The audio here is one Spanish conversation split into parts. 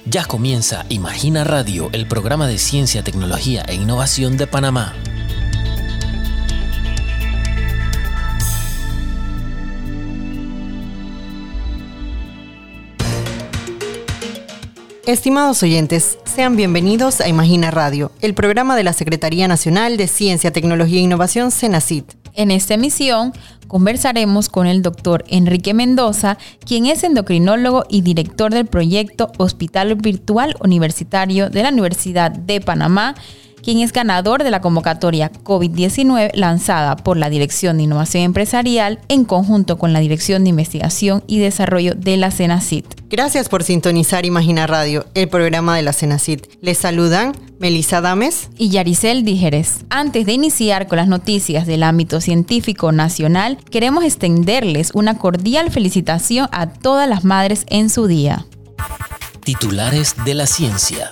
Ya comienza Imagina Radio, el programa de ciencia, tecnología e innovación de Panamá. Estimados oyentes, sean bienvenidos a Imagina Radio, el programa de la Secretaría Nacional de Ciencia, Tecnología e Innovación, CENACIT. En esta emisión conversaremos con el doctor Enrique Mendoza, quien es endocrinólogo y director del proyecto Hospital Virtual Universitario de la Universidad de Panamá, quien es ganador de la convocatoria COVID-19 lanzada por la Dirección de Innovación Empresarial en conjunto con la Dirección de Investigación y Desarrollo de la CENACIT. Gracias por sintonizar Imagina Radio, el programa de la CENACIT. Les saludan Melissa Dames y Yaricel Díjeres. Antes de iniciar con las noticias del ámbito científico nacional, queremos extenderles una cordial felicitación a todas las madres en su día. Titulares de la ciencia.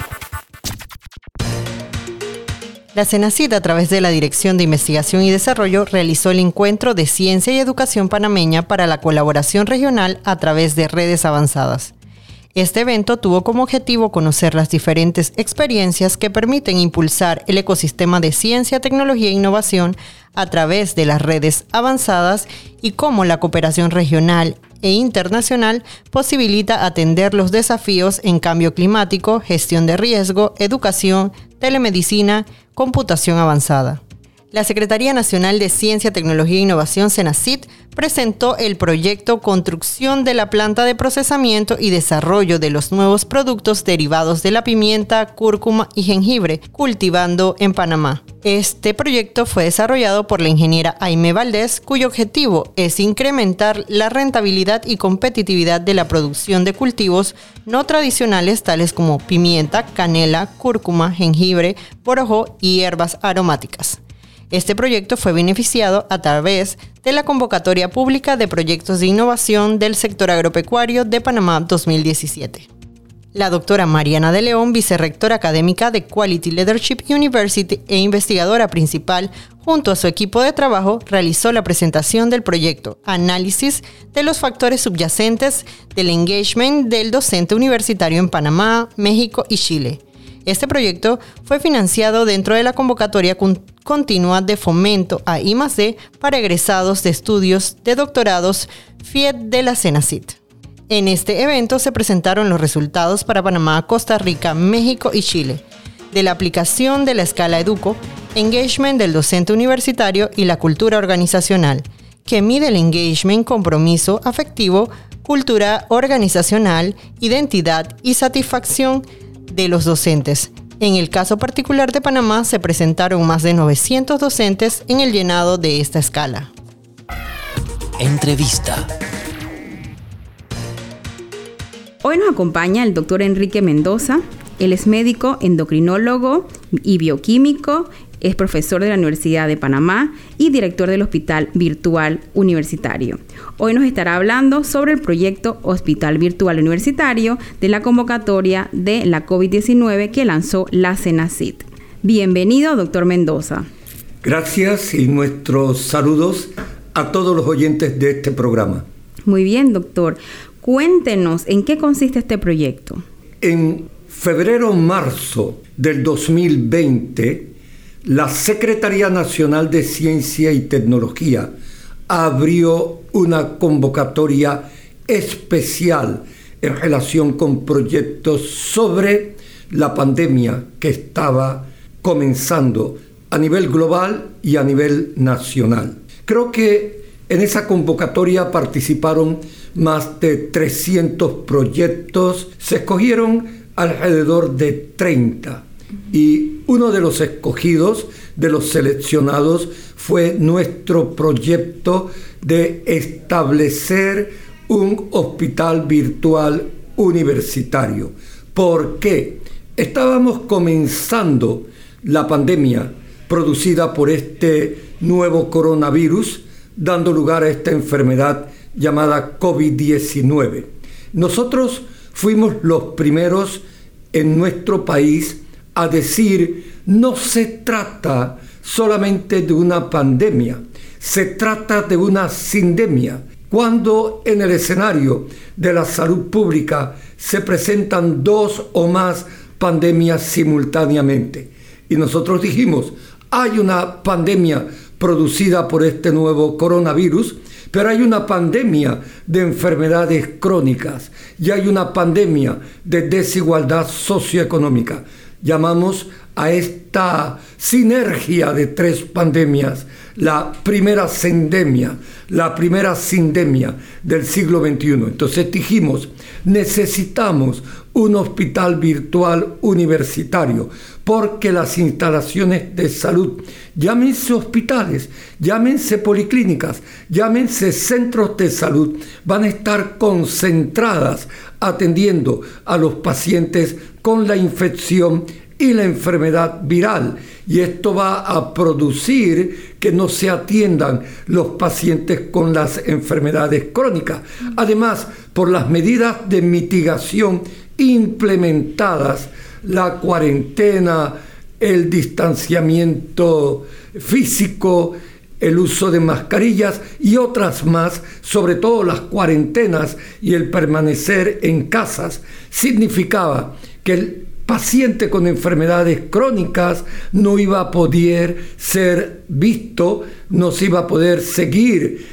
La CENACIT, a través de la Dirección de Investigación y Desarrollo, realizó el Encuentro de Ciencia y Educación Panameña para la colaboración regional a través de redes avanzadas. Este evento tuvo como objetivo conocer las diferentes experiencias que permiten impulsar el ecosistema de ciencia, tecnología e innovación a través de las redes avanzadas y cómo la cooperación regional e internacional posibilita atender los desafíos en cambio climático, gestión de riesgo, educación, telemedicina, computación avanzada. La Secretaría Nacional de Ciencia, Tecnología e Innovación, CENACIT, presentó el proyecto Construcción de la Planta de Procesamiento y Desarrollo de los Nuevos Productos Derivados de la Pimienta, Cúrcuma y Jengibre, cultivando en Panamá. Este proyecto fue desarrollado por la ingeniera Aime Valdés, cuyo objetivo es incrementar la rentabilidad y competitividad de la producción de cultivos no tradicionales tales como pimienta, canela, cúrcuma, jengibre, borojó y hierbas aromáticas. Este proyecto fue beneficiado a través de la convocatoria pública de proyectos de innovación del sector agropecuario de Panamá 2017. La doctora Mariana de León, vicerrectora académica de Quality Leadership University e investigadora principal, junto a su equipo de trabajo, realizó la presentación del proyecto Análisis de los factores subyacentes del engagement del docente universitario en Panamá, México y Chile. Este proyecto fue financiado dentro de la convocatoria continua de fomento a I+D para egresados de estudios de doctorados FIED de la CENACIT. En este evento se presentaron los resultados para Panamá, Costa Rica, México y Chile de la aplicación de la escala EDUCO, engagement del docente universitario y la cultura organizacional, que mide el engagement, compromiso afectivo, cultura organizacional, identidad y satisfacción de los docentes. En el caso particular de Panamá, se presentaron más de 900 docentes en el llenado de esta escala. Entrevista. Hoy nos acompaña el doctor Enrique Mendoza. Él es médico, endocrinólogo y bioquímico, es profesor de la Universidad de Panamá y director del Hospital Virtual Universitario. Hoy nos estará hablando sobre el proyecto Hospital Virtual Universitario de la convocatoria de la COVID-19 que lanzó la CENACIT. Bienvenido, doctor Mendoza. Gracias y nuestros saludos a todos los oyentes de este programa. Muy bien, doctor. Cuéntenos en qué consiste este proyecto. En febrero-marzo del 2020, la Secretaría Nacional de Ciencia y Tecnología abrió una convocatoria especial en relación con proyectos sobre la pandemia que estaba comenzando a nivel global y a nivel nacional. Creo que en esa convocatoria participaron más de 300 proyectos, se escogieron alrededor de 30. Y uno de los escogidos, de los seleccionados, fue nuestro proyecto de establecer un hospital virtual universitario. ¿Por qué? Estábamos comenzando la pandemia producida por este nuevo coronavirus, dando lugar a esta enfermedad llamada COVID-19. Nosotros fuimos los primeros en nuestro país a decir, no se trata solamente de una pandemia, se trata de una sindemia. cuando en el escenario de la salud pública se presentan 2 o más pandemias simultáneamente. Y nosotros dijimos, hay una pandemia producida por este nuevo coronavirus, pero hay una pandemia de enfermedades crónicas y hay una pandemia de desigualdad socioeconómica. Llamamos a esta sinergia de 3 pandemias la primera sindemia del siglo XXI. Entonces dijimos, necesitamos un hospital virtual universitario, porque las instalaciones de salud, llámense hospitales, llámense policlínicas, llámense centros de salud, van a estar concentradas atendiendo a los pacientes con la infección y la enfermedad viral. Y esto va a producir que no se atiendan los pacientes con las enfermedades crónicas. Además, por las medidas de mitigación implementadas, la cuarentena, el distanciamiento físico, el uso de mascarillas y otras más, sobre todo las cuarentenas y el permanecer en casas, significaba que el paciente con enfermedades crónicas no iba a poder ser visto, no se iba a poder seguir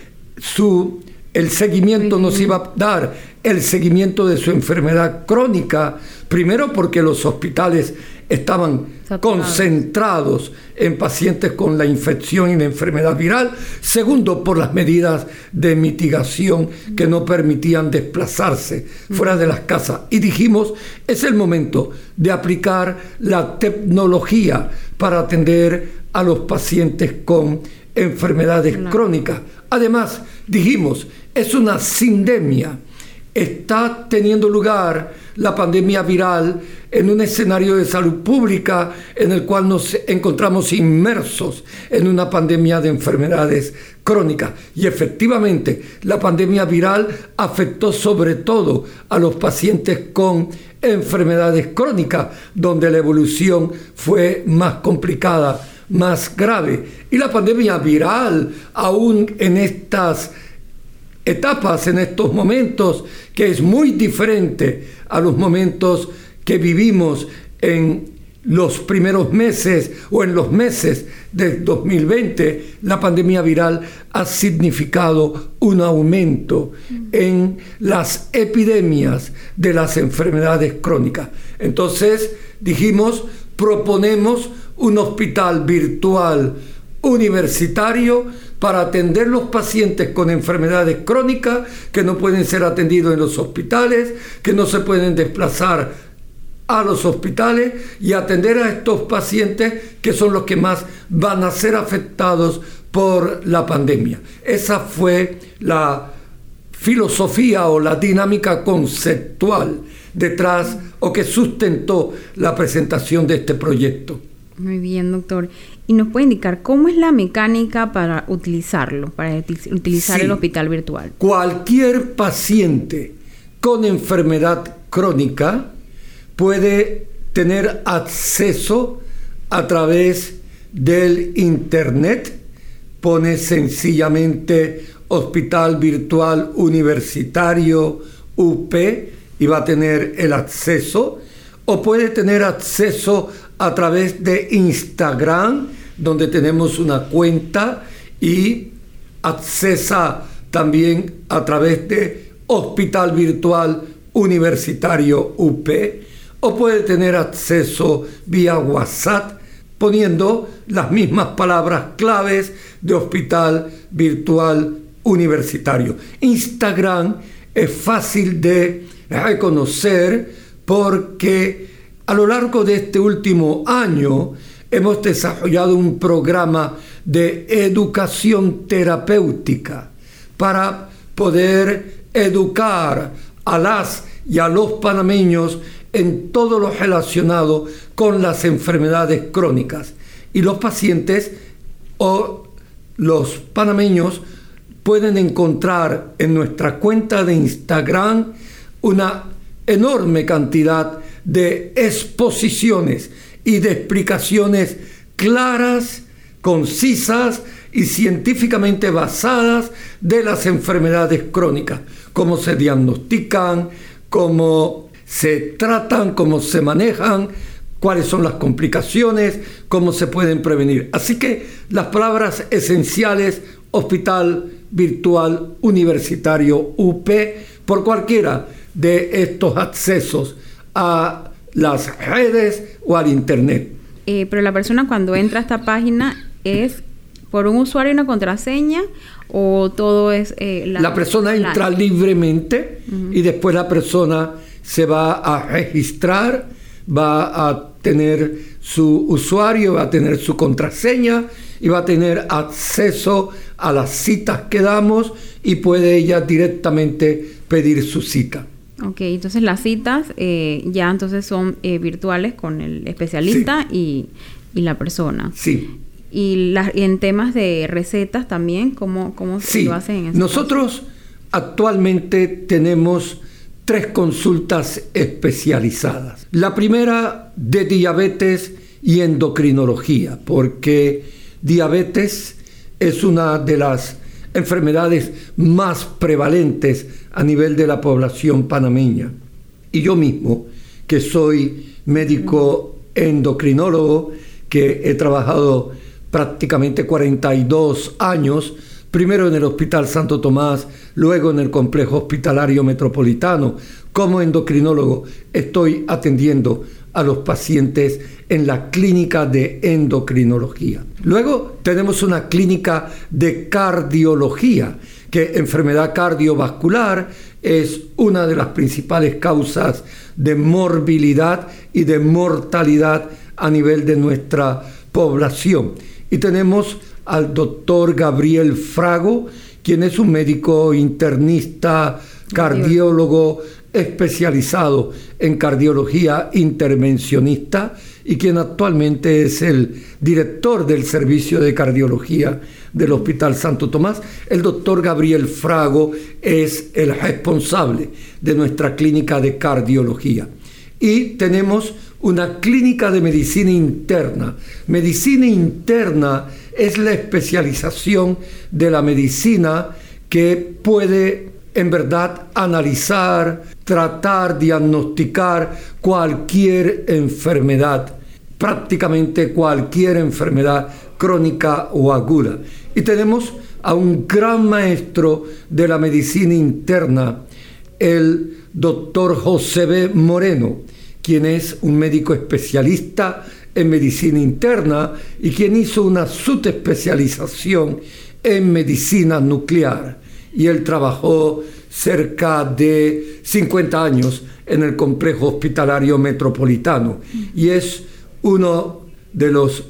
el seguimiento, no se iba a dar el seguimiento de su enfermedad crónica, primero porque los hospitales estaban concentrados en pacientes con la infección y la enfermedad viral, segundo por las medidas de mitigación que no permitían desplazarse fuera de las casas. Y dijimos, es el momento de aplicar la tecnología para atender a los pacientes con enfermedades crónicas. Además, dijimos, es una sindemia. Está teniendo lugar la pandemia viral en un escenario de salud pública en el cual nos encontramos inmersos en una pandemia de enfermedades crónicas. Y efectivamente, la pandemia viral afectó sobre todo a los pacientes con enfermedades crónicas, donde la evolución fue más complicada, más grave. Y la pandemia viral, aún en estas etapas, en estos momentos, que es muy diferente a los momentos que vivimos en los primeros meses o en los meses del 2020, la pandemia viral ha significado un aumento en las epidemias de las enfermedades crónicas. Entonces dijimos, proponemos un hospital virtual universitario para atender los pacientes con enfermedades crónicas que no pueden ser atendidos en los hospitales, que no se pueden desplazar a los hospitales, y atender a estos pacientes que son los que más van a ser afectados por la pandemia. Esa fue la filosofía o la dinámica conceptual detrás o que sustentó la presentación de este proyecto. Muy bien, doctor. ¿Y nos puede indicar cómo es la mecánica para utilizarlo, utilizar el hospital virtual? Cualquier paciente con enfermedad crónica puede tener acceso a través del internet. Pone sencillamente Hospital Virtual Universitario UP y va a tener el acceso, o puede tener acceso a través de Instagram, donde tenemos una cuenta, y accesa también a través de Hospital Virtual Universitario UP, o puede tener acceso vía WhatsApp poniendo las mismas palabras claves de Hospital Virtual Universitario. Instagram es fácil de reconocer porque a lo largo de este último año hemos desarrollado un programa de educación terapéutica para poder educar a las y a los panameños en todo lo relacionado con las enfermedades crónicas. Y los pacientes o los panameños pueden encontrar en nuestra cuenta de Instagram una enorme cantidad de exposiciones y de explicaciones claras, concisas y científicamente basadas de las enfermedades crónicas, cómo se diagnostican, cómo se tratan, cómo se manejan, cuáles son las complicaciones, cómo se pueden prevenir. Así que las palabras esenciales: Hospital Virtual Universitario UP, por cualquiera de estos accesos a las redes o al internet. Pero la persona cuando entra a esta página es por un usuario y una contraseña, o todo es la persona entra libremente y después la persona se va a registrar, va a tener su usuario, va a tener su contraseña y va a tener acceso a las citas que damos y puede ella directamente pedir su cita. Ok, entonces las citas ya entonces son virtuales con el especialista, sí, y la persona. Sí. Y en temas de recetas también, ¿cómo sí, lo hacen en ese nosotros caso? Actualmente tenemos 3 consultas especializadas. La primera de diabetes y endocrinología, porque diabetes es una de las enfermedades más prevalentes a nivel de la población panameña. Y yo mismo, que soy médico endocrinólogo, que he trabajado prácticamente 42 años, primero en el Hospital Santo Tomás, luego en el Complejo Hospitalario Metropolitano. Como endocrinólogo estoy atendiendo a los pacientes en la clínica de endocrinología. Luego tenemos una clínica de cardiología, que enfermedad cardiovascular es una de las principales causas de morbilidad y de mortalidad a nivel de nuestra población. Y tenemos al doctor Gabriel Frago, quien es un médico internista, cardiólogo especializado en cardiología intervencionista y quien actualmente es el director del servicio de cardiología del Hospital Santo Tomás. El doctor Gabriel Frago es el responsable de nuestra clínica de cardiología. Y tenemos una clínica de medicina interna. Medicina interna es la especialización de la medicina que puede en verdad analizar, tratar, diagnosticar cualquier enfermedad, prácticamente cualquier enfermedad crónica o aguda. Y tenemos a un gran maestro de la medicina interna, el doctor José B. Moreno, quien es un médico especialista en medicina interna y quien hizo una subespecialización en medicina nuclear. Y él trabajó cerca de 50 años en el Complejo Hospitalario Metropolitano y es uno de los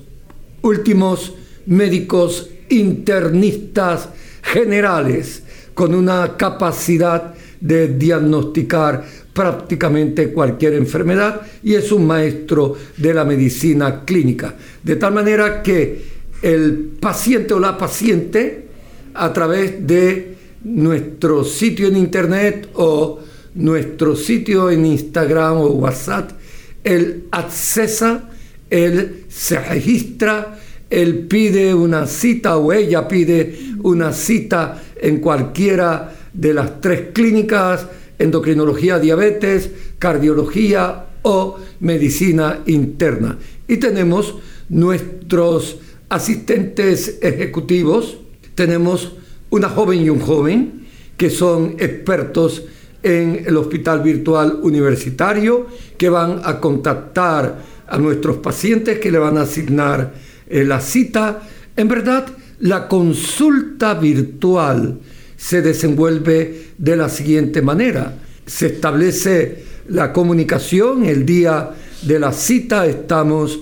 últimos médicos internistas generales con una capacidad de diagnosticar prácticamente cualquier enfermedad y es un maestro de la medicina clínica. De tal manera que el paciente o la paciente, a través de nuestro sitio en internet o nuestro sitio en Instagram o WhatsApp, él accesa, él se registra, él pide una cita o ella pide una cita en cualquiera de las 3 clínicas: endocrinología, diabetes, cardiología o medicina interna. Y tenemos nuestros asistentes ejecutivos, tenemos una joven y un joven que son expertos en el Hospital Virtual Universitario, que van a contactar a nuestros pacientes, que le van a asignar la cita. En verdad, la consulta virtual se desenvuelve de la siguiente manera: se establece la comunicación el día de la cita, estamos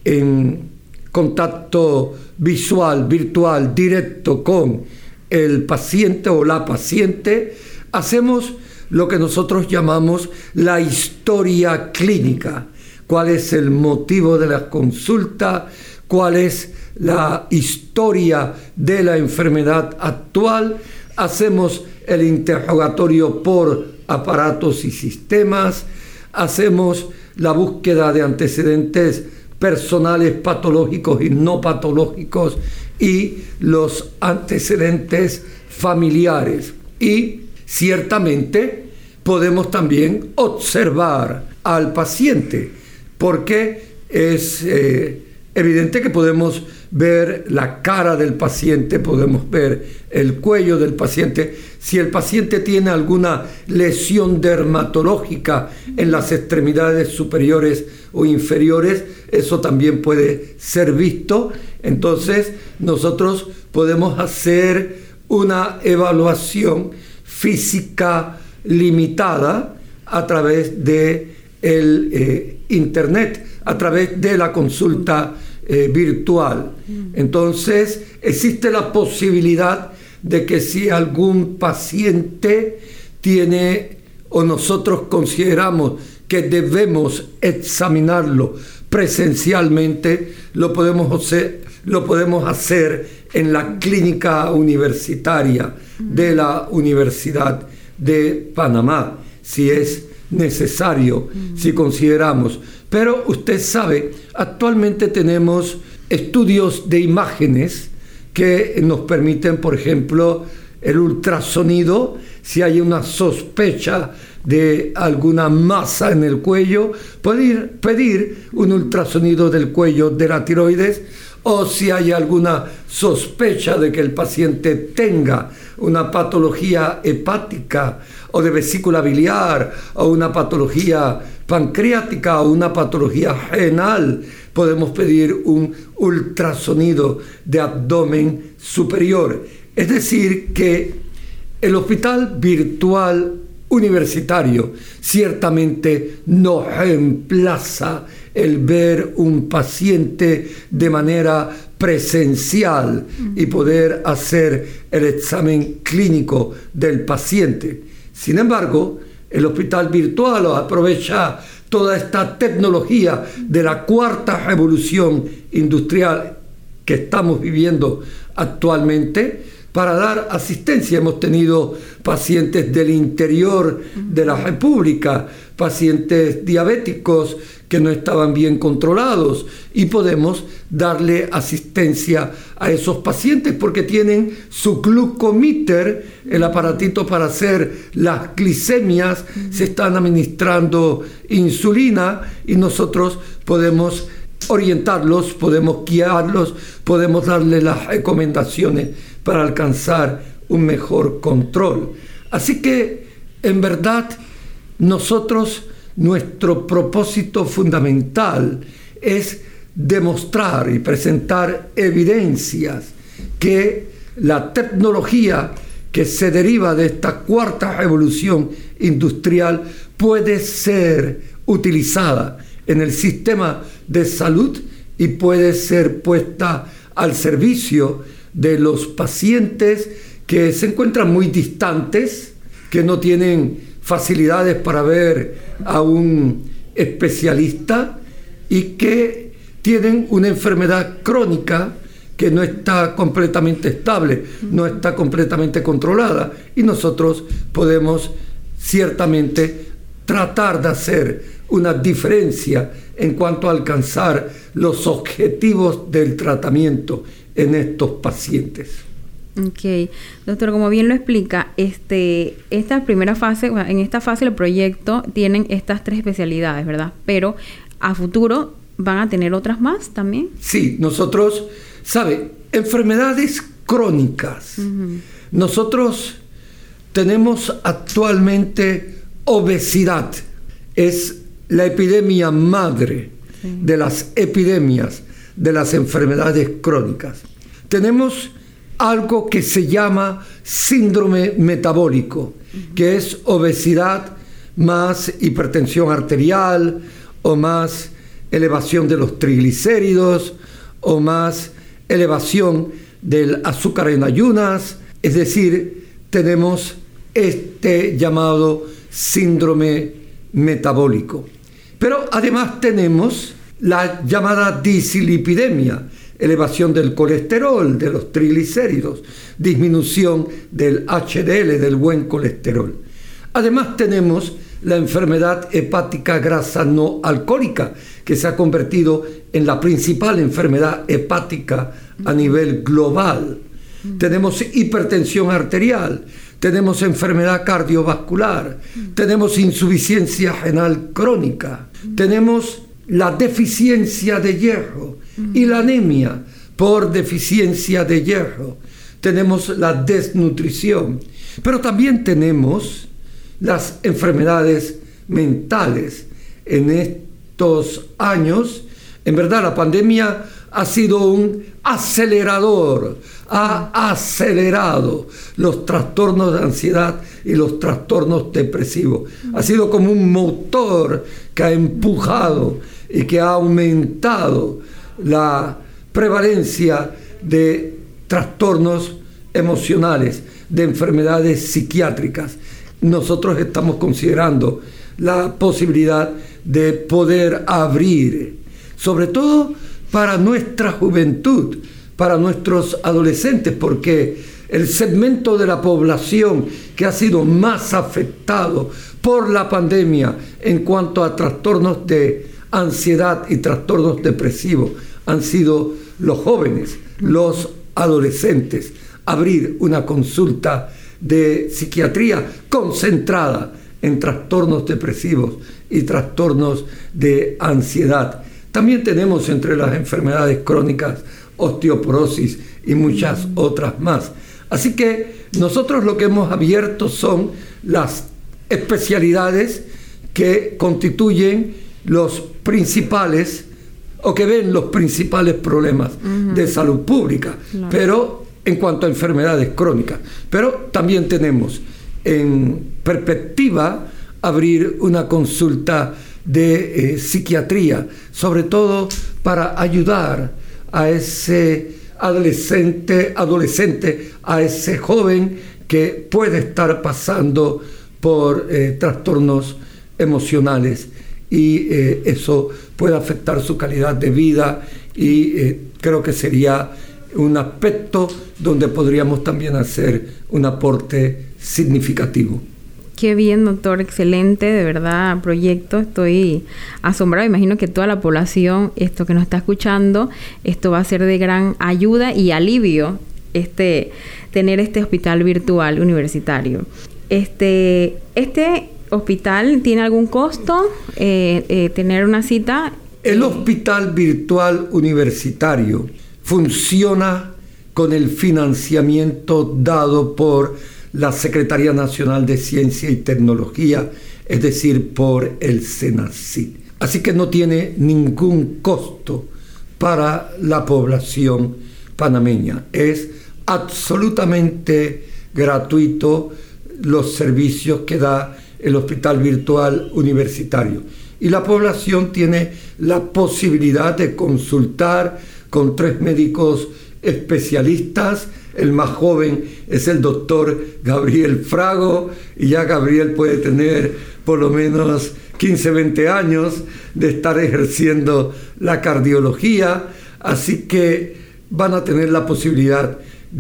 en contacto visual, virtual, directo con el paciente o la paciente, hacemos lo que nosotros llamamos la historia clínica. ¿Cuál es el motivo de la consulta? ¿Cuál es la historia de la enfermedad actual? Hacemos el interrogatorio por aparatos y sistemas, hacemos la búsqueda de antecedentes personales patológicos y no patológicos y los antecedentes familiares. Y ciertamente podemos también observar al paciente, porque es evidente que podemos ver la cara del paciente, podemos ver el cuello del paciente. Si el paciente tiene alguna lesión dermatológica en las extremidades superiores o inferiores, eso también puede ser visto. Entonces nosotros podemos hacer una evaluación física limitada a través de el internet, a través de la consulta virtual. Entonces existe la posibilidad de que si algún paciente tiene, o nosotros consideramos que debemos examinarlo presencialmente, lo podemos hacer en la clínica universitaria de la Universidad de Panamá, si es necesario, si consideramos. Pero usted sabe, actualmente tenemos estudios de imágenes que nos permiten, por ejemplo, el ultrasonido. Si hay una sospecha de alguna masa en el cuello, pedir un ultrasonido del cuello de la tiroides, o si hay alguna sospecha de que el paciente tenga una patología hepática o de vesícula biliar o una patología pancreática o una patología renal, podemos pedir un ultrasonido de abdomen superior. Es decir, que el hospital virtual universitario ciertamente no reemplaza el ver un paciente de manera presencial y poder hacer el examen clínico del paciente. Sin embargo, el hospital virtual aprovecha toda esta tecnología de la cuarta revolución industrial que estamos viviendo actualmente para dar asistencia. Hemos tenido pacientes del interior de la República, pacientes diabéticos que no estaban bien controlados, y podemos darle asistencia a esos pacientes porque tienen su glucomíter, el aparatito para hacer las glicemias, se están administrando insulina y nosotros podemos orientarlos, podemos guiarlos, podemos darle las recomendaciones para alcanzar un mejor control. Así que, en verdad, nuestro propósito fundamental es demostrar y presentar evidencias que la tecnología que se deriva de esta cuarta revolución industrial puede ser utilizada en el sistema de salud y puede ser puesta al servicio de los pacientes que se encuentran muy distantes, que no tienen facilidades para ver a un especialista y que tienen una enfermedad crónica que no está completamente estable, no está completamente controlada, y nosotros podemos ciertamente tratar de hacer una diferencia en cuanto a alcanzar los objetivos del tratamiento en estos pacientes. Ok, doctor, como bien lo explica, esta primera fase, en esta fase del proyecto tienen estas 3 especialidades, ¿verdad? Pero a futuro van a tener otras más también. Sí, nosotros, enfermedades crónicas. Nosotros tenemos actualmente obesidad, es la epidemia madre de las epidemias de las enfermedades crónicas. Tenemos algo que se llama síndrome metabólico, que es obesidad más hipertensión arterial, o más elevación de los triglicéridos, o más elevación del azúcar en ayunas. Es decir, tenemos este llamado síndrome metabólico. Pero además tenemos la llamada dislipidemia, elevación del colesterol, de los triglicéridos, disminución del HDL, del buen colesterol. Además tenemos la enfermedad hepática grasa no alcohólica, que se ha convertido en la principal enfermedad hepática a nivel global. Tenemos hipertensión arterial, tenemos enfermedad cardiovascular, tenemos insuficiencia renal crónica, tenemos la deficiencia de hierro y la anemia por deficiencia de hierro, tenemos la desnutrición, pero también tenemos las enfermedades mentales. En estos años, en verdad, la pandemia ha sido un acelerador, ha acelerado los trastornos de ansiedad y los trastornos depresivos. Ha sido como un motor que ha empujado y que ha aumentado la prevalencia de trastornos emocionales, de enfermedades psiquiátricas. Nosotros estamos considerando la posibilidad de poder abrir, sobre todo para nuestra juventud, para nuestros adolescentes, porque el segmento de la población que ha sido más afectado por la pandemia en cuanto a trastornos de ansiedad y trastornos depresivos han sido los jóvenes, los adolescentes. Abrir una consulta de psiquiatría concentrada en trastornos depresivos y trastornos de ansiedad. También tenemos entre las enfermedades crónicas osteoporosis y muchas otras más. Así que nosotros lo que hemos abierto son las especialidades que constituyen los principales o que ven los principales problemas de salud pública, claro, pero en cuanto a enfermedades crónicas. Pero también tenemos en perspectiva abrir una consulta de psiquiatría, sobre todo para ayudar a ese adolescente, a ese joven que puede estar pasando por trastornos emocionales y eso puede afectar su calidad de vida y creo que sería un aspecto donde podríamos también hacer un aporte significativo. Qué bien, doctor, excelente, de verdad, proyecto, estoy asombrado, imagino que toda la población, esto que nos está escuchando, esto va a ser de gran ayuda y alivio, tener este hospital virtual universitario. Este hospital tiene algún costo, tener una cita. El hospital virtual universitario funciona con el financiamiento dado por la Secretaría Nacional de Ciencia y Tecnología, es decir, por el CENACYT. Así que no tiene ningún costo para la población panameña. Es absolutamente gratuito los servicios que da el Hospital Virtual Universitario. Y la población tiene la posibilidad de consultar con 3 médicos especialistas. El más joven es el doctor Gabriel Frago, y ya Gabriel puede tener por lo menos 15, 20 años de estar ejerciendo la cardiología, así que van a tener la posibilidad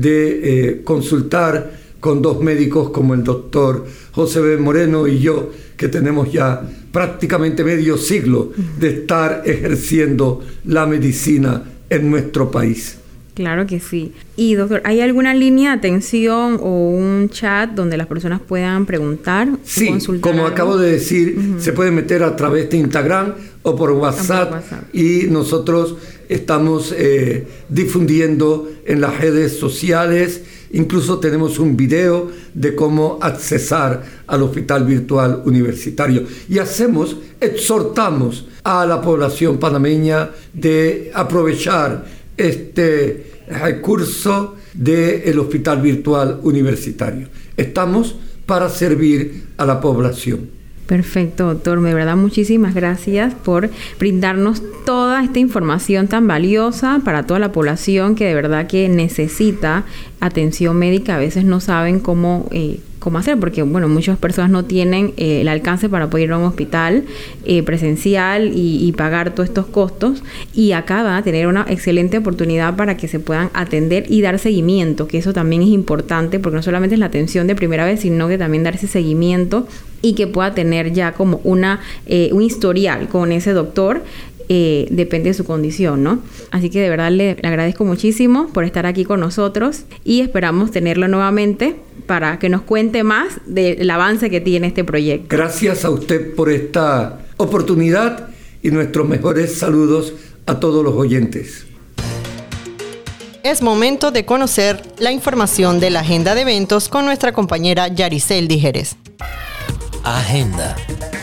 de consultar con 2 médicos como el doctor José B. Moreno y yo, que tenemos ya prácticamente medio siglo de estar ejerciendo la medicina en nuestro país. Claro que sí. Y doctor, ¿hay alguna línea de atención o un chat donde las personas puedan preguntar? Sí, como acabo de decir, se puede meter a través de Instagram o por WhatsApp, y nosotros estamos difundiendo en las redes sociales. Incluso tenemos un video de cómo accesar al Hospital Virtual Universitario y exhortamos a la población panameña de aprovechar este recurso del Hospital Virtual Universitario. Estamos para servir a la población. Perfecto, doctor. De verdad, muchísimas gracias por brindarnos toda esta información tan valiosa para toda la población que de verdad que necesita atención médica. A veces no saben cómo cómo hacer, porque bueno, muchas personas no tienen el alcance para poder ir a un hospital presencial y pagar todos estos costos, y acá van a tener una excelente oportunidad para que se puedan atender y dar seguimiento, que eso también es importante, porque no solamente es la atención de primera vez, sino que también dar ese seguimiento y que pueda tener ya como un historial con ese doctor. Depende de su condición, ¿no? Así que de verdad le agradezco muchísimo por estar aquí con nosotros y esperamos tenerlo nuevamente para que nos cuente más del avance que tiene este proyecto. Gracias a usted por esta oportunidad y nuestros mejores saludos a todos los oyentes. Es momento de conocer la información de la agenda de eventos con nuestra compañera Yaricel Díjeres. Agenda.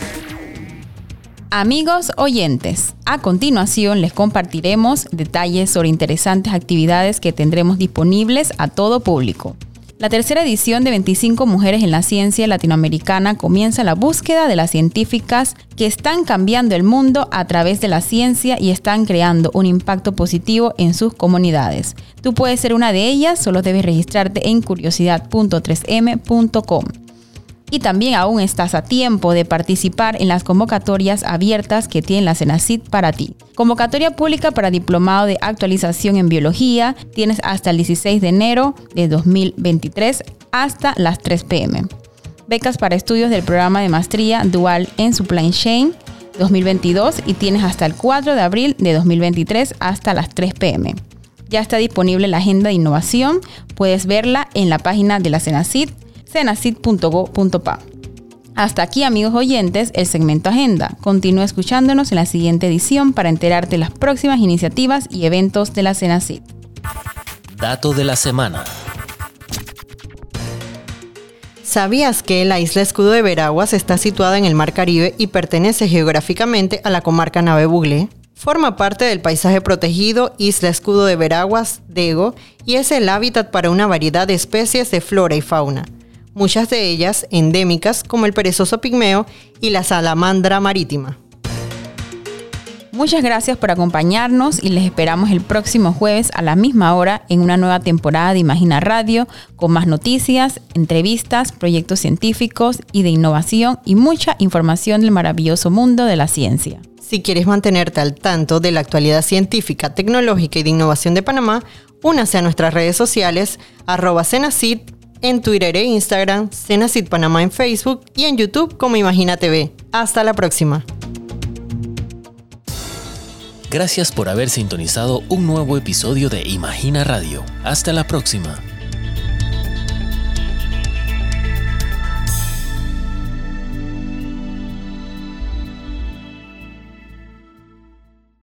Amigos oyentes, a continuación les compartiremos detalles sobre interesantes actividades que tendremos disponibles a todo público. La tercera edición de 25 Mujeres en la Ciencia Latinoamericana comienza la búsqueda de las científicas que están cambiando el mundo a través de la ciencia y están creando un impacto positivo en sus comunidades. Tú puedes ser una de ellas, solo debes registrarte en curiosidad.3m.com. Y también aún estás a tiempo de participar en las convocatorias abiertas que tiene la CENACYT para ti. Convocatoria pública para diplomado de actualización en biología. Tienes hasta el 16 de enero de 2023 hasta las 3 p.m. Becas para estudios del programa de maestría dual en Supply Chain 2022 y tienes hasta el 4 de abril de 2023 hasta las 3 p.m. Ya está disponible la agenda de innovación. Puedes verla en la página de la CENACYT, cenacyt.go.pa. Hasta aquí, amigos oyentes, el segmento Agenda. Continúa escuchándonos en la siguiente edición para enterarte de las próximas iniciativas y eventos de la CENACYT. Dato de la semana. ¿Sabías que la isla Escudo de Veraguas está situada en el Mar Caribe y pertenece geográficamente a la comarca Nave Buglé? Forma parte del paisaje protegido Isla Escudo de Veraguas, Dego, y es el hábitat para una variedad de especies de flora y fauna. Muchas de ellas endémicas como el perezoso pigmeo y la salamandra marítima. Muchas gracias por acompañarnos y les esperamos el próximo jueves a la misma hora en una nueva temporada de Imagina Radio con más noticias, entrevistas, proyectos científicos y de innovación y mucha información del maravilloso mundo de la ciencia. Si quieres mantenerte al tanto de la actualidad científica, tecnológica y de innovación de Panamá, únase a nuestras redes sociales @CENACYT en Twitter e Instagram, CENACYT Panamá en Facebook y en YouTube como Imagina TV. Hasta la próxima. Gracias por haber sintonizado un nuevo episodio de Imagina Radio. Hasta la próxima.